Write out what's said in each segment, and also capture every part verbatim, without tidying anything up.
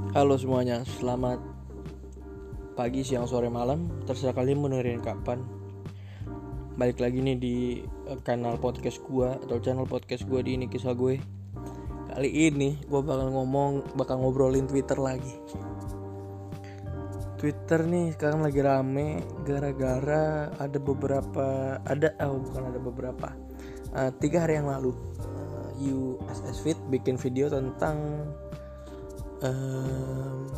Halo semuanya, selamat pagi, siang, sore, malam. Terserah kalian mau dengerin kapan. Balik lagi nih di uh, kanal podcast gue atau channel podcast gue di Ini Kisah Gue. Kali ini gue bakal ngomong, bakal ngobrolin Twitter lagi. Twitter nih sekarang lagi rame gara-gara ada beberapa, ada, oh bukan ada beberapa, uh, tiga hari yang lalu uh, U S S Fit bikin video tentang Um,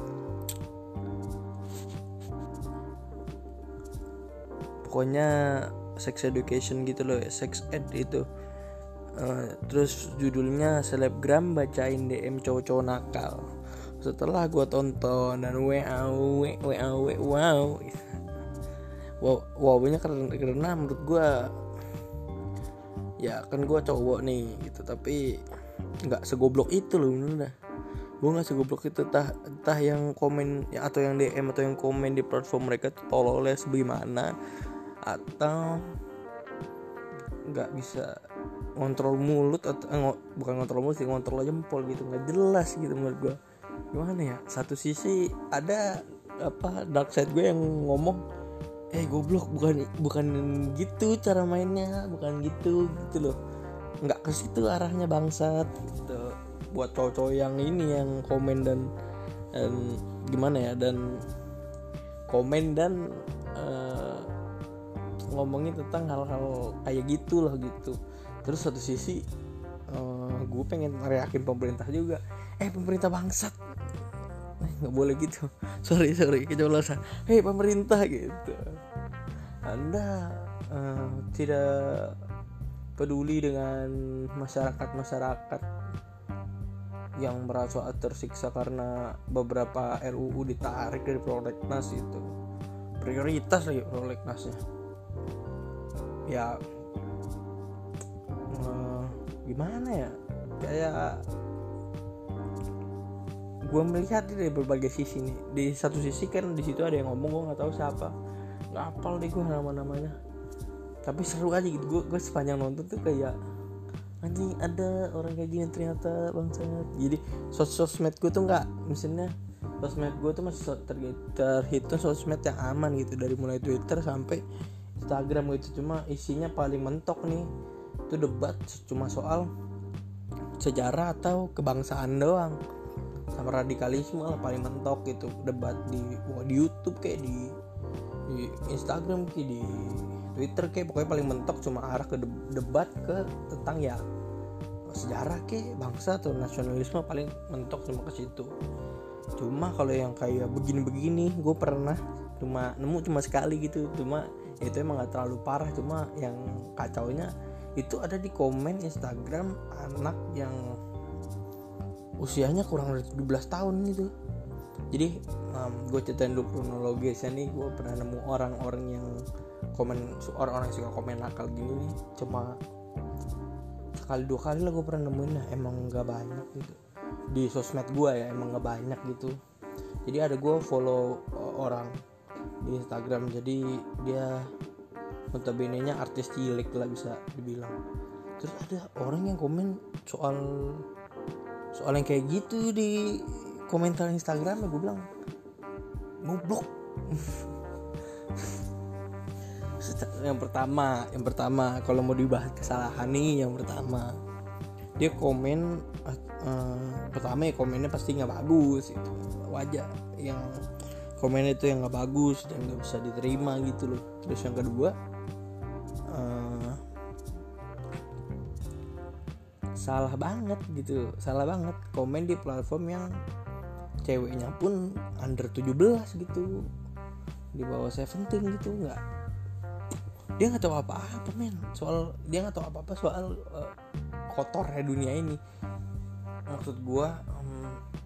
pokoknya sex education gitu loh, sex ed itu. Uh, terus judulnya selebgram bacain D M cowok-cowok nakal. Setelah gue tonton dan wow wow wow wow wownya karena, karena menurut gue ya kan gue cowok nih gitu, tapi nggak segoblok itu loh bener. Gue nggak segoblok itu, entah entah yang komen ya, atau yang D M atau yang komen di platform mereka tuh tololnya sebagaimana, atau nggak bisa ngontrol mulut atau eh, bukan ngontrol mulut sih, ngontrol jempol gitu, nggak jelas gitu menurut gue. Gimana ya, satu sisi ada apa dark side gue yang ngomong eh goblok, bukan bukan gitu cara mainnya, bukan gitu gitu loh, nggak ke situ arahnya bangsat gitu. Buat cowok-cowok yang ini yang komen dan, dan gimana ya, dan komen dan uh, ngomongin tentang hal-hal kayak gitu lah gitu. Terus satu sisi uh, gue pengen teriakin pemerintah juga, eh pemerintah bangsat, eh, nggak boleh gitu, sorry sorry keceplosan, hei pemerintah gitu, Anda uh, tidak peduli dengan masyarakat-masyarakat yang merasa tersiksa karena beberapa R U U ditarik dari prolegnas itu. Prioritas lagi prolegnasnya. Ya uh, gimana ya? Kayak gue melihat dari berbagai sisi nih. Di satu sisi kan di situ ada yang ngomong, gue nggak tahu siapa, nggak hafal deh gue nama-namanya. Tapi seru aja gitu. Gue gue sepanjang nonton tuh kayak anjing, ada orang kayak gini ternyata bangsat. Jadi sos-sosmed gue tuh nggak, misalnya sosmed gue tuh masih ter- terhitung sosmed yang aman gitu, dari mulai Twitter sampai Instagram gitu. Cuma isinya paling mentok nih itu debat cuma soal sejarah atau kebangsaan doang, sama radikalisme lah paling mentok gitu debat di di YouTube kayak di di Instagram kayak di Twitter kayak, pokoknya paling mentok cuma arah ke debat ke tentang ya sejarah kayak bangsa atau nasionalisme, paling mentok cuma ke situ. Cuma kalau yang kayak begini-begini gue pernah cuma nemu cuma sekali gitu, cuma itu emang gak terlalu parah. Cuma yang kacaunya itu ada di komen Instagram anak yang usianya kurang dari tujuh belas tahun gitu. Jadi um, gue ceritain dulu kronologisnya nih. Gue pernah nemu orang-orang yang komen, orang-orang yang suka komen nakal gini nih cuma sekali dua kali lah gue pernah nemuin. Nah emang gak banyak gitu di sosmed gue ya, emang gak banyak gitu. Jadi ada gue follow orang di Instagram, jadi dia notabene nya artis cilik lah bisa dibilang. Terus ada orang yang komen soal soal yang kayak gitu di komentar Instagram, gue bilang goblok. yang pertama yang pertama kalau mau dibahas kesalahan nih, yang pertama dia komen uh, pertama ya komennya pasti nggak bagus, itu wajar. Yang komennya itu yang nggak bagus dan nggak bisa diterima gitu loh. Terus yang kedua uh, salah banget gitu, salah banget komen di platform yang ceweknya pun under tujuh belas gitu, di bawah tujuh belas gitu. Nggak, dia nggak tahu apa-apa men soal, dia nggak tahu apa-apa soal uh, kotornya dunia ini. Maksud gue um,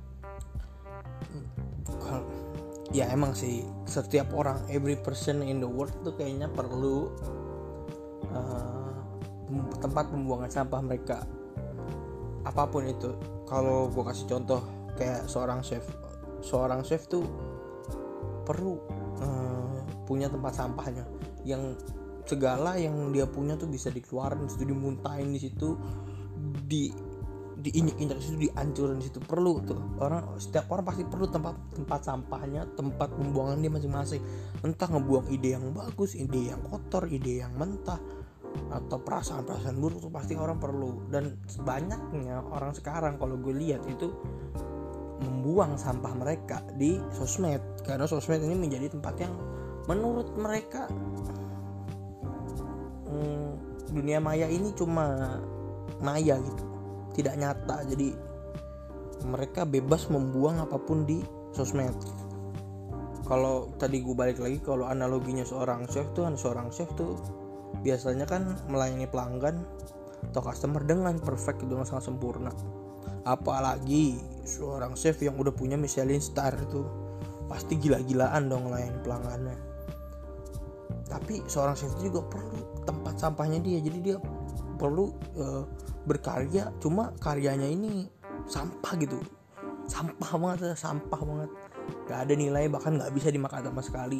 ya emang sih setiap orang, every person in the world tuh kayaknya perlu uh, tempat pembuangan sampah mereka, apapun itu. Kalau gue kasih contoh kayak seorang chef, seorang chef tuh perlu uh, punya tempat sampahnya yang segala yang dia punya tuh bisa dikeluarin, itu dimuntahin di situ, di diinjak-injak situ, dihancurin situ. Perlu tuh orang, setiap orang pasti perlu tempat tempat sampahnya, tempat pembuangan dia masing-masing. Entah ngebuang ide yang bagus, ide yang kotor, ide yang mentah, atau perasaan-perasaan buruk tuh pasti orang perlu. Dan banyaknya orang sekarang kalau gue lihat itu membuang sampah mereka di sosmed, karena sosmed ini menjadi tempat yang menurut mereka hmm, dunia maya ini cuma maya gitu, tidak nyata. Jadi mereka bebas membuang apapun di sosmed. Kalau tadi gue balik lagi, kalau analoginya seorang chef tuh, seorang chef tuh biasanya kan melayani pelanggan atau customer dengan perfect, dengan sangat sempurna. Apalagi seorang chef yang udah punya Michelin star itu pasti gila-gilaan dong melayani pelanggannya. Tapi seorang chef itu juga perlu tempat sampahnya dia. Jadi dia perlu uh, berkarya, cuma karyanya ini sampah gitu, sampah banget, sampah banget, gak ada nilai, bahkan gak bisa dimakan sama sekali.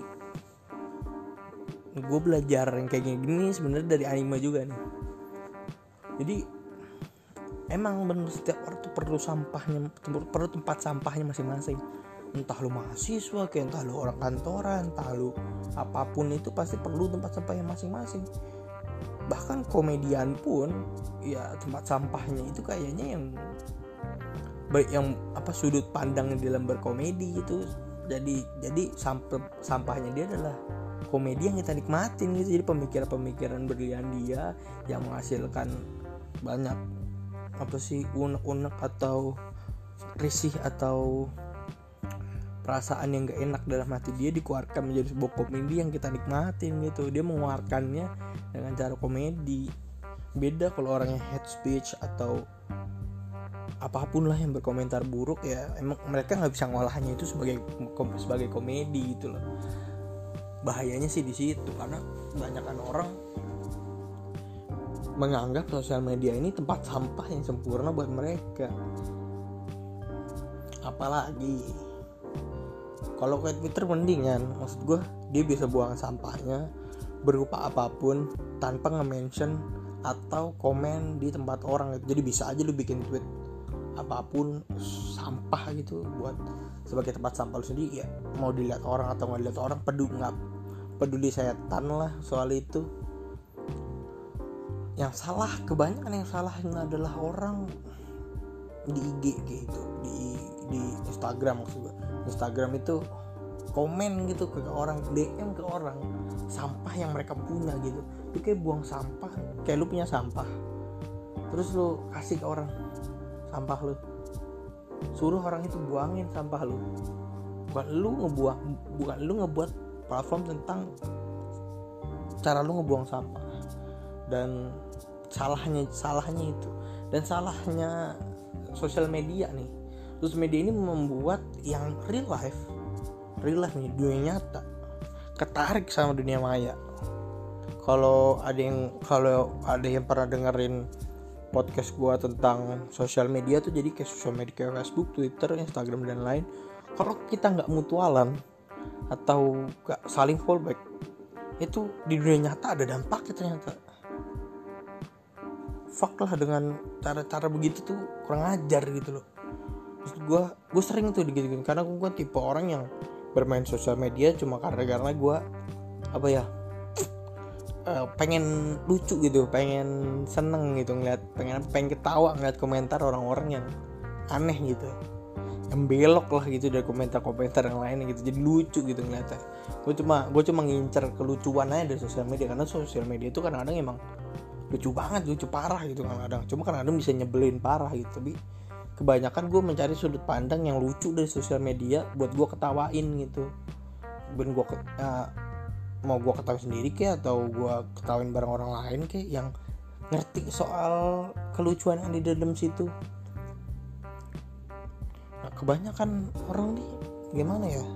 Gue belajar yang kayak gini sebenarnya dari anime juga nih. Jadi emang bener setiap orang tuh perlu sampahnya, perlu tempat sampahnya masing-masing. Entah lu mahasiswa, kayak entah lu orang kantoran, entah lu apapun itu pasti perlu tempat sampahnya masing-masing. Bahkan komedian pun ya tempat sampahnya itu kayaknya yang baik, yang apa, sudut pandang dalam berkomedi gitu. Jadi jadi sampah sampahnya dia adalah komedi yang kita nikmatin gitu. Jadi pemikiran-pemikiran berlian dia yang menghasilkan banyak apa sih, unek-unek atau risih atau perasaan yang gak enak dalam hati dia dikeluarkan menjadi sebuah komedi yang kita nikmatin gitu. Dia mengeluarkannya dengan cara komedi. Beda kalau orang yang hate speech atau apapun lah yang berkomentar buruk, ya emang mereka nggak bisa ngolahnya itu sebagai sebagai komedi gitu loh. Bahayanya sih di situ, karena kebanyakan orang menganggap sosial media ini tempat sampah yang sempurna buat mereka. Apalagi kalau kayak Twitter mendingan, maksud gue dia bisa buang sampahnya berupa apapun tanpa nge-mention atau komen di tempat orang. Jadi bisa aja lu bikin tweet apapun sampah gitu buat sebagai tempat sampah lu sendiri, ya mau dilihat orang atau nggak dilihat orang, peduli nggak peduli setan lah soal itu. Yang salah, kebanyakan yang salahnya adalah orang di I G gitu, di di Instagram maksudnya. Instagram itu komen gitu ke orang, D M ke orang sampah yang mereka punya gitu. Itu kayak buang sampah, kayak lu punya sampah terus lu kasih ke orang sampah lu, suruh orang itu buangin sampah lu. Bukan lu ngebuang, bukan lu ngebuat platform tentang cara lu ngebuang sampah. Dan salahnya salahnya itu dan salahnya sosial media nih, sosial media ini membuat yang real life real life nih, dunia nyata ketarik sama dunia maya. Kalau ada yang kalau ada yang pernah dengerin podcast gua tentang sosial media tuh, jadi kayak sosial media kayak Facebook, Twitter, Instagram dan lain, kalau kita nggak mutualan atau nggak saling fallback, itu di dunia nyata ada dampaknya ternyata. Fuck lah dengan cara-cara begitu tuh, kurang ajar gitu loh. Maksud gue, gue sering tuh digituin, karena gue tipe orang yang bermain sosial media cuma karena karena gue apa ya, uh, pengen lucu gitu, pengen seneng gitu ngeliat, pengen pengen ketawa ngeliat komentar orang-orang yang aneh gitu, yang belok lah gitu dari komentar-komentar yang lain gitu, jadi lucu gitu ngeliatnya. Gue cuma gue cuma ngincer kelucuan aja dari sosial media, karena sosial media itu kadang-kadang emang lucu banget, lucu parah gitu kadang-kadang. Cuma kadang-kadang bisa nyebelin parah gitu. Tapi kebanyakan gue mencari sudut pandang yang lucu dari sosial media buat gue ketawain gitu. Ben gue uh, mau gue ketawain sendiri kayak, atau gue ketawain bareng orang lain kayak yang ngerti soal kelucuan yang di dalam situ. Nah, kebanyakan orang nih gimana ya,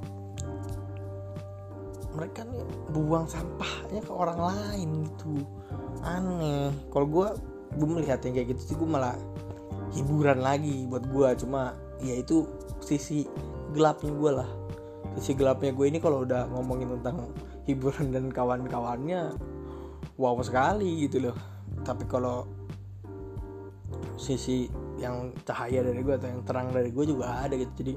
mereka nih buang sampahnya ke orang lain gitu, aneh. Kalau gue gue melihat yang kayak gitu sih, gue malah hiburan lagi buat gue. Cuma ya itu sisi gelapnya gue lah, sisi gelapnya gue ini kalau udah ngomongin tentang hiburan dan kawan-kawannya, wow sekali gitu loh. Tapi kalau sisi yang cahaya dari gue atau yang terang dari gue juga ada gitu. Jadi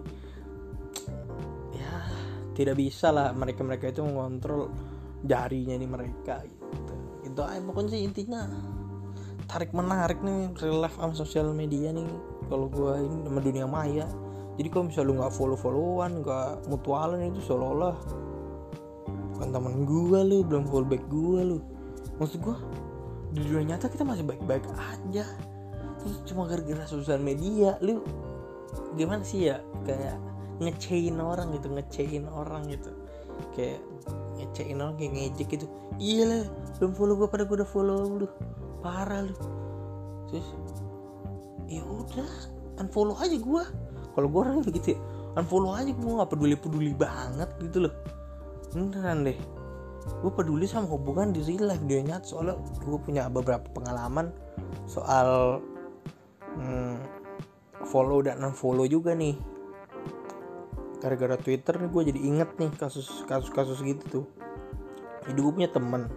ya tidak bisa lah mereka-mereka itu mengontrol jarinya nih mereka gitu. Itu aja pokoknya sih intinya. Tarik menarik nih real life sama sosial media nih kalau gue ini sama dunia maya. Jadi kalau misalnya lu nggak follow-followan, nggak mutualan, itu seolah-olah bukan teman gue lu, belum follow back gue lu. Maksud gue di dunia nyata kita masih baik-baik aja. Terus cuma gara-gara sosial media lu gimana sih ya, kayak ngecein orang gitu, ngecein orang gitu, kayak ngecein orang, kayak ngejek gitu. Iya lah, belum follow gue pada gue udah follow lu, parah lu. Terus ya udah unfollow aja gue. Kalau gue orang gitu ya, unfollow aja, gue nggak peduli-peduli banget gitu loh. Beneran deh, gue peduli sama hubungan di real life, dia nyata. Soalnya gue punya beberapa pengalaman soal hmm, follow dan unfollow juga nih. Gara-gara Twitter nih gue jadi inget nih kasus-kasus gitu tuh. Jadi gue punya teman,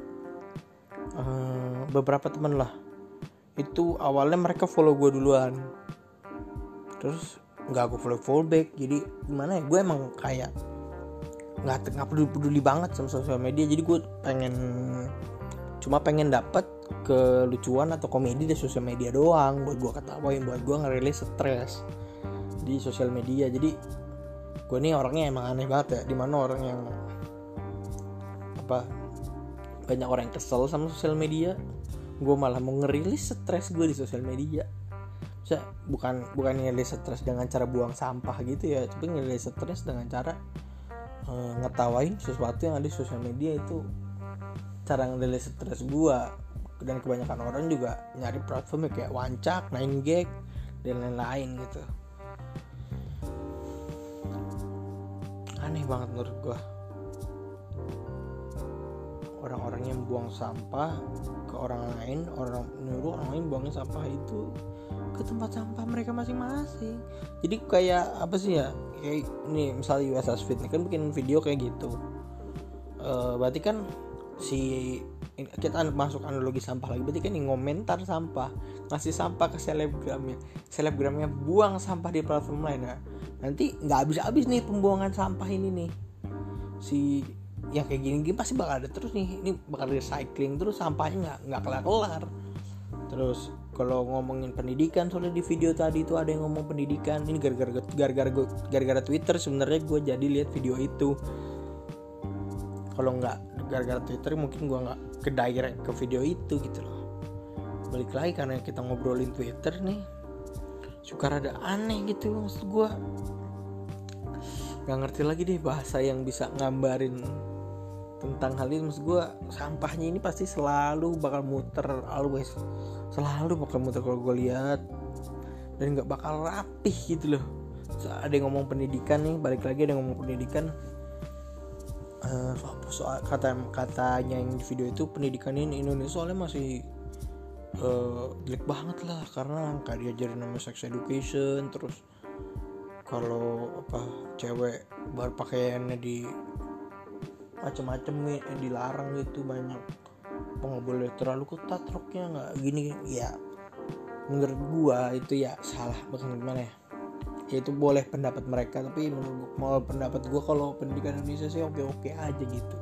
uh, beberapa teman lah. Itu awalnya mereka follow gue duluan, terus nggak gue follow follow back. Jadi gimana ya, gue emang kayak nggak nggak peduli peduli banget sama sosial media. Jadi gue pengen cuma pengen dapat kelucuan atau komedi di sosial media doang, buat gue ketawain, buat gue ngerilis stres di sosial media. Jadi gue nih orangnya emang aneh banget ya, dimana orang yang apa banyak orang yang kesel sama sosial media, gue malah mau ngerilis stres gue di sosial media. Bisa bukan bukan ngerilis stres dengan cara buang sampah gitu ya, tapi ngerilis stres dengan cara e, ngetawain sesuatu yang ada di sosial media. Itu cara ngerilis stres gue. Dan kebanyakan orang juga nyari platformnya kayak Wancak, nine gag dan lain-lain gitu. Aneh banget menurut gue orang-orang yang buang sampah ke orang lain, orang nyuruh orang lain buangin sampah itu ke tempat sampah mereka masing-masing. Jadi kayak apa sih ya, kayak ini misalnya U S S Fit nih kan bikin video kayak gitu, e, berarti kan si kita masuk analogi sampah lagi, berarti kan yang ngomentar sampah, ngasih sampah ke selebgramnya, selebgramnya buang sampah di platform lain. Nah, nanti nggak habis-habis nih pembuangan sampah ini nih. Si yang kayak gini-gini pasti bakal ada terus nih, ini bakal recycling terus, sampahnya nggak nggak kelar-kelar. Terus kalau ngomongin pendidikan, soalnya di video tadi itu ada yang ngomong pendidikan, ini gara-gara gara-gara gara-gara Twitter sebenarnya gue jadi lihat video itu. Kalau nggak gara-gara Twitter mungkin gue nggak ke direct ke video itu gitu loh. Balik lagi karena kita ngobrolin Twitter nih, suka rada aneh gitu. Maksud gue nggak ngerti lagi deh bahasa yang bisa ngambarin tentang hal ini. Maksud gue sampahnya ini pasti selalu bakal muter, always selalu bakal muter kalau gue lihat, dan nggak bakal rapih gitu loh. So, ada yang ngomong pendidikan nih, balik lagi ada yang ngomong pendidikan. Uh, soal kata katanya yang di video itu, pendidikan ini Indonesia soalnya masih uh, jelek banget lah, karena nggak diajarin namanya sex education. Terus kalau apa cewek berpakaiannya di macam-macam nih, eh, dilarang gitu, banyak nggak boleh terlalu ketat roknya, nggak gini ya. Menurut gua itu ya salah, bukan gimana ya, ya itu boleh pendapat mereka, tapi menurut mau pendapat gue kalau pendidikan Indonesia sih oke-oke aja gitu.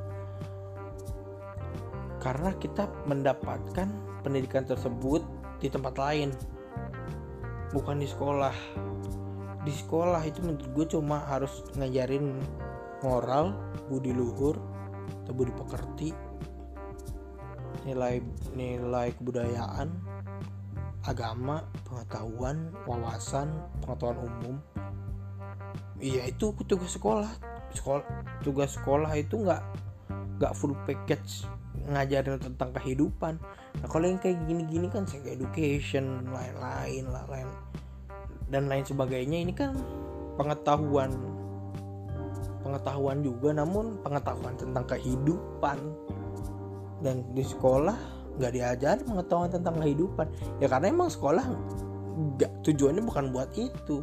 Karena kita mendapatkan pendidikan tersebut di tempat lain, bukan di sekolah. Di sekolah itu menurut gue cuma harus ngajarin moral, budi luhur, atau budi pekerti, nilai nilai kebudayaan, agama, pengetahuan, wawasan, pengetahuan umum. Iya, itu tugas sekolah. Sekolah tugas sekolah itu nggak nggak full package ngajarin tentang kehidupan. Nah kalau yang kayak gini-gini kan sex education, lain-lain lah, lain dan lain sebagainya, ini kan pengetahuan pengetahuan juga, namun pengetahuan tentang kehidupan. Dan di sekolah nggak diajar pengetahuan tentang kehidupan ya, karena emang sekolah nggak, tujuannya bukan buat itu.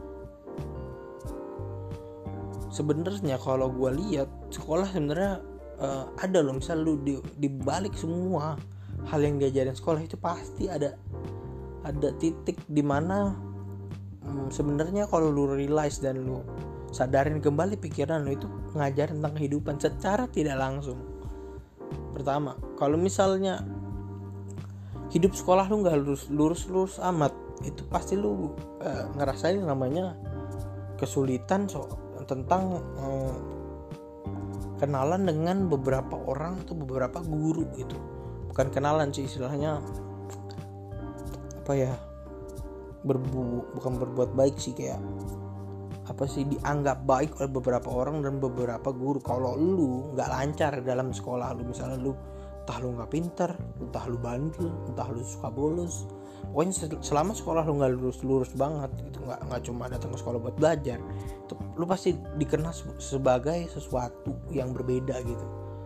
Sebenarnya kalau gue lihat sekolah sebenarnya uh, ada loh, misal lu di, di balik semua hal yang diajarin sekolah itu pasti ada ada titik dimana hmm, sebenarnya kalau lu realize dan lu sadarin kembali pikiran lu itu ngajarin tentang kehidupan secara tidak langsung. Pertama, kalau misalnya hidup sekolah lu nggak lurus lurus lurus amat, itu pasti lu uh, ngerasain namanya kesulitan so tentang uh, kenalan dengan beberapa orang atau beberapa guru gitu. Bukan kenalan sih istilahnya, apa ya, berbu bukan berbuat baik sih, kayak apa sih, dianggap baik oleh beberapa orang dan beberapa guru. Kalau lu nggak lancar dalam sekolah lu, misalnya lu entah lu nggak pintar, entah lu bandel, entah lu suka bolos, pokoknya selama sekolah lu nggak lurus-lurus banget gitu, nggak nggak cuma datang ke sekolah buat belajar, itu lu pasti dikenal sebagai sesuatu yang berbeda gitu.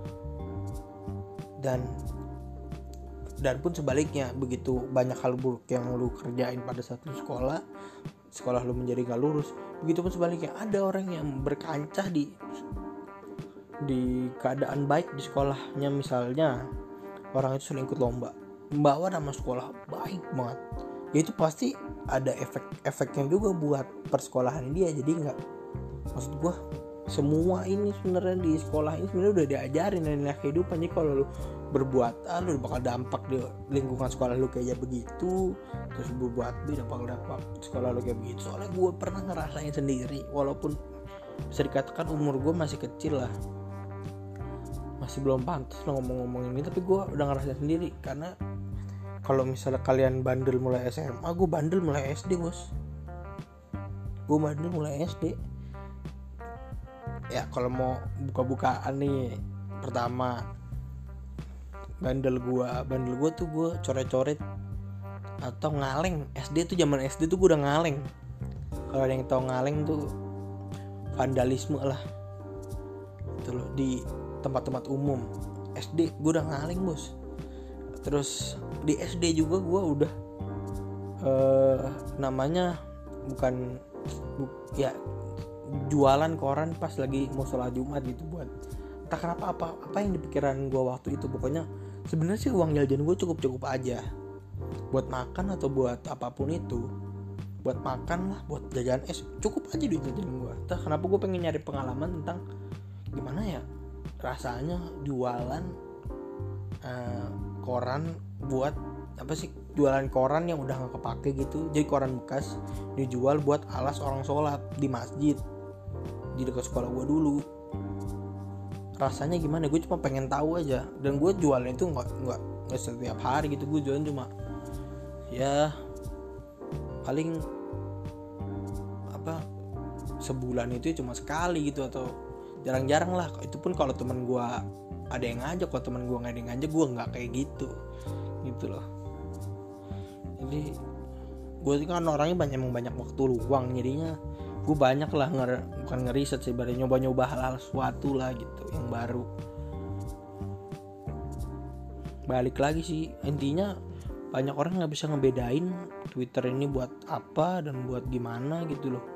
Dan dan pun sebaliknya, begitu banyak hal buruk yang lu kerjain pada saat lu sekolah, sekolah lu menjadi gak lurus, begitu pun sebaliknya, ada orang yang berkancah di di keadaan baik di sekolahnya. Misalnya orang itu sering ikut lomba, membawa nama sekolah baik banget, ya itu pasti ada efek-efeknya juga buat persekolahan dia. Jadi nggak, maksud gue, semua ini sebenarnya di sekolah ini sebenarnya udah diajarin nilai kehidupan. Jadi kalau lu berbuat A, lu bakal dampak di lingkungan sekolah lu kayak begitu, terus berbuat B bakal dampak sekolah lu kayak begitu. Soalnya gue pernah ngerasain sendiri, walaupun bisa dikatakan umur gue masih kecil lah, masih belum pantas lah ngomong-ngomong ini, tapi gue udah ngerasain sendiri. Karena kalau misalnya kalian bandel mulai S M A, gue bandel mulai S D bos. Gue bandel mulai S D. Ya kalau mau buka-bukaan nih, pertama bandel gue, bandel gue tuh gue coret-coret atau ngaleng. S D tuh, zaman S D tuh gue udah ngaleng. Kalau ada yang tau ngaleng tuh vandalisme lah, itu loh, di tempat-tempat umum. S D gue udah ngaleng bos. Terus di S D juga gue udah uh, namanya bukan bu, ya jualan koran pas lagi mau sholat Jumat gitu, buat entah kenapa apa apa yang di pikiran gue waktu itu. Pokoknya sebenarnya sih uang jajan gue cukup-cukup aja buat makan atau buat apapun itu, buat makan lah, buat jajan es, cukup aja duit jajan gue. Entah kenapa gue pengen nyari pengalaman tentang gimana ya rasanya jualan uh, koran, buat apa sih, jualan koran yang udah gak kepake gitu, jadi koran bekas dijual buat alas orang sholat di masjid di dekat sekolah gue dulu. Rasanya gimana, gue cuma pengen tahu aja. Dan gue jualnya itu nggak nggak nggak setiap hari gitu, gue jualan cuma ya paling apa sebulan itu cuma sekali gitu, atau jarang-jarang lah. Itu pun kalau teman gue ada yang ngajak, kalau teman gue nggak ada yang ngajak, gue nggak kayak gitu gitu loh. Jadi gue kan orangnya banyak emang banyak waktu luang, jadinya gue banyak lah nger, bukan ngeriset sih, berarti nyoba-nyoba hal-hal sesuatu lah gitu yang baru. Balik lagi sih, intinya banyak orang nggak bisa ngebedain Twitter ini buat apa dan buat gimana gitu loh.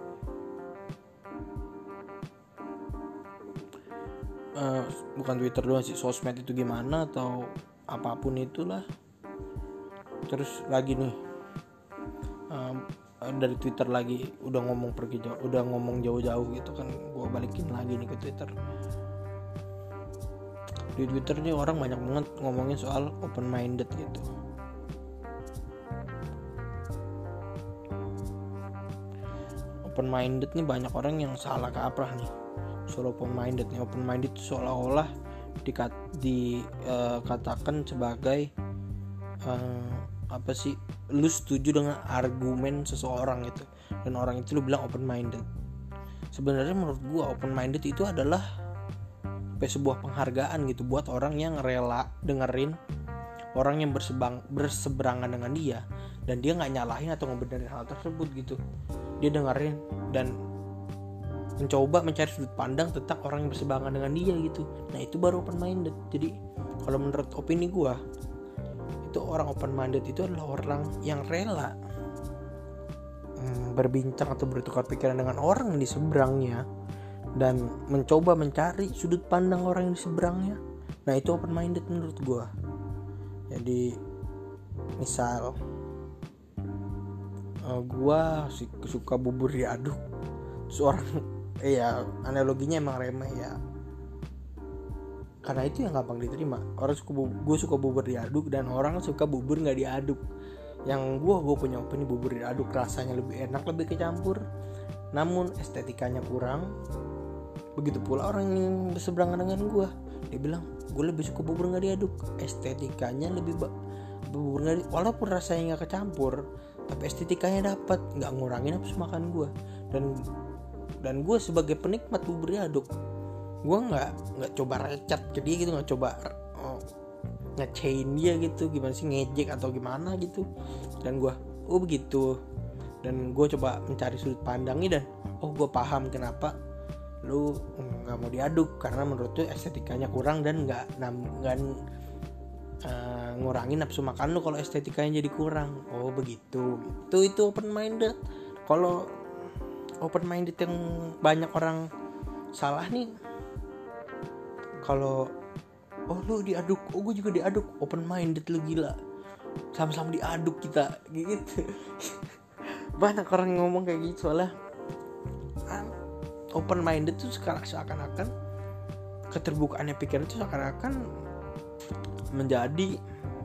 Uh, bukan Twitter doang sih, sosmed itu gimana atau apapun itulah. Terus lagi nih um, dari Twitter lagi udah ngomong pergi jauh, udah ngomong jauh-jauh gitu kan, gue balikin lagi nih ke Twitter. Di Twitter nih orang banyak banget ngomongin soal open minded gitu. Open minded nih banyak orang yang salah kaprah nih soal open minded nih. Open minded seolah-olah dikat, dikatakan uh, sebagai uh, apa sih, lu setuju dengan argumen seseorang gitu, dan orang itu lu bilang open minded. Sebenarnya menurut gua open minded itu adalah sebuah penghargaan gitu buat orang yang rela dengerin orang yang bersebang, berseberangan dengan dia, dan dia nggak nyalahin atau ngebenerin hal tersebut gitu. Dia dengerin dan mencoba mencari sudut pandang tentang orang yang berseberangan dengan dia gitu. Nah itu baru open minded. Jadi kalau menurut opini gua, itu orang open minded itu adalah orang yang rela hmm, berbincang atau bertukar pikiran dengan orang di seberangnya dan mencoba mencari sudut pandang orang yang di seberangnya. Nah itu open minded menurut gue. Jadi misal uh, gua suka bubur diaduk. Terus orang eh ya analoginya emang remeh ya, karena itu yang gampang diterima. Orang suka gue suka bubur diaduk dan orang suka bubur nggak diaduk. Yang gue gue punya opini bubur diaduk rasanya lebih enak, lebih kecampur, namun estetikanya kurang. Begitu pula orang yang berseberangan dengan gue, dia bilang gue lebih suka bubur nggak diaduk, estetikanya lebih ba- bubur nggak di- walaupun rasanya nggak kecampur tapi estetikanya dapat, nggak ngurangin nafsu makan gue. Dan dan gue sebagai penikmat bubur diaduk, gue nggak nggak coba recat ke dia gitu, nggak coba oh, ngechain dia gitu, gimana sih ngejek atau gimana gitu. Dan gue oh begitu, dan gue coba mencari sudut pandangnya dan oh gue paham kenapa lu nggak mau diaduk, karena menurut tuh estetikanya kurang dan nggak nggak uh, ngurangin nafsu makan lu kalau estetikanya jadi kurang. Oh begitu, itu itu open minded. Kalau open minded yang banyak orang salah nih, kalau oh lu diaduk, oh gue juga diaduk, open minded lu gila, sama-sama diaduk kita gitu. Banyak orang yang ngomong kayak gitu, soalnya open minded tuh sekarang seakan-akan keterbukaannya pikiran itu seakan-akan menjadi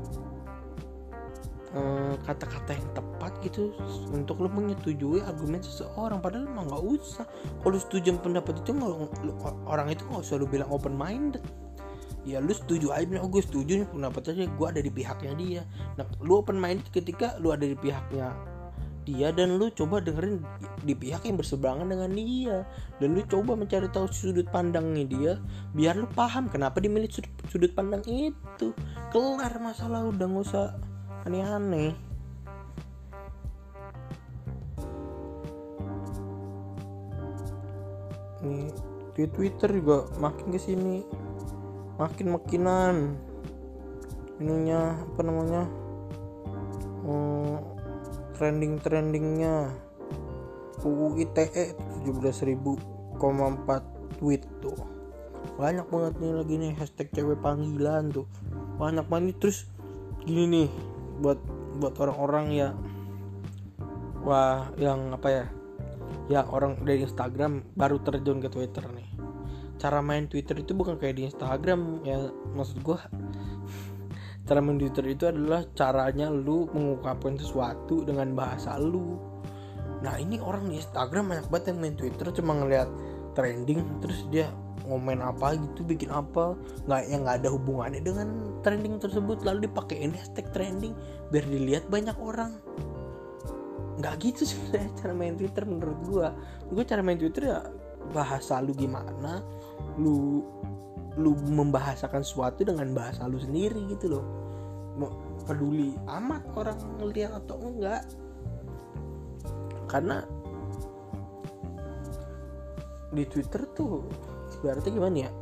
eh, kata-kata yang tepat gitu untuk lo menyetujui argumen seseorang, padahal emang nggak usah. Kalau setuju pendapat itu nggak, orang itu nggak usah lo bilang open minded. Ya lu setuju aja, oh gue setuju nih pendapatnya, gue ada di pihaknya dia. Nah lu open minded ketika lu ada di pihaknya dia dan lu coba dengerin di pihak yang berseberangan dengan dia, dan lu coba mencari tahu sudut pandangnya dia biar lu paham kenapa dia milih sudut, sudut pandang itu. Kelar masalah, udah nggak usah aneh-aneh. Nih di Twitter juga makin kesini makin makinan ininya apa namanya hmm, trending-trendingnya U U I T E tujuh belas ribu koma empat tweet tuh, banyak banget nih lagi nih hashtag cewek panggilan tuh, banyak banget. Terus gini nih buat buat orang-orang ya, wah yang apa ya, yang orang dari Instagram baru terjun ke Twitter nih. Cara main Twitter itu bukan kayak di Instagram ya, maksud gue cara main Twitter itu adalah caranya lu mengungkapkan sesuatu dengan bahasa lu. Nah ini orang di Instagram banyak banget yang main Twitter cuma ngeliat trending terus dia ngomen apa gitu, bikin apa nggak, yang nggak ada hubungannya dengan trending tersebut, lalu dipakein hashtag trending biar dilihat banyak orang. Nggak gitu sih cara main Twitter menurut gue. Gue cara main Twitter ya bahasa lu gimana, lu lu membahasakan sesuatu dengan bahasa lu sendiri gitu loh. Mau peduli amat orang ngeliat atau enggak, karena di Twitter tuh berarti gimana ya,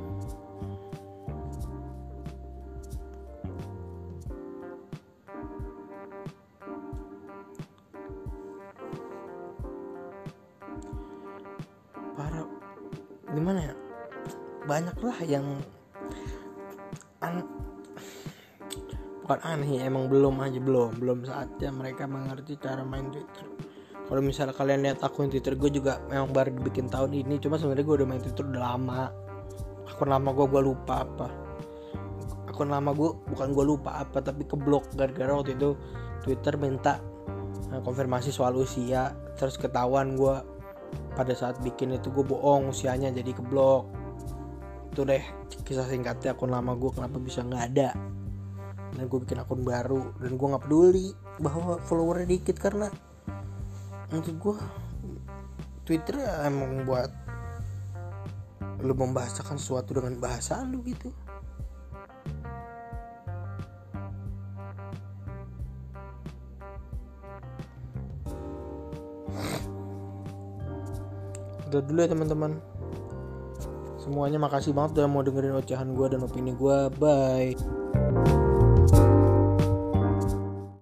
para gimana ya, banyak lah yang an, bukan aneh, emang belum aja belum belum saatnya mereka mengerti cara main Twitter. Kalau misalnya kalian lihat akun Twitter gue juga memang baru dibikin tahun ini, cuma sebenarnya gue udah main Twitter udah lama. Akun lama gue gue lupa apa akun lama gue bukan gue lupa apa tapi keblok gara-gara waktu itu Twitter minta nah, konfirmasi soal usia, terus ketahuan gue pada saat bikin itu gue bohong usianya, jadi keblok. Itu deh kisah singkatnya akun lama gue kenapa bisa nggak ada, dan gue bikin akun baru. Dan gue nggak peduli bahwa followernya dikit, karena menurut gue Twitter ya emang buat lu membahasakan sesuatu dengan bahasa lu gitu. Udah dulu ya teman-teman. Semuanya makasih banget udah mau dengerin ocehan gue dan opini gue. Bye.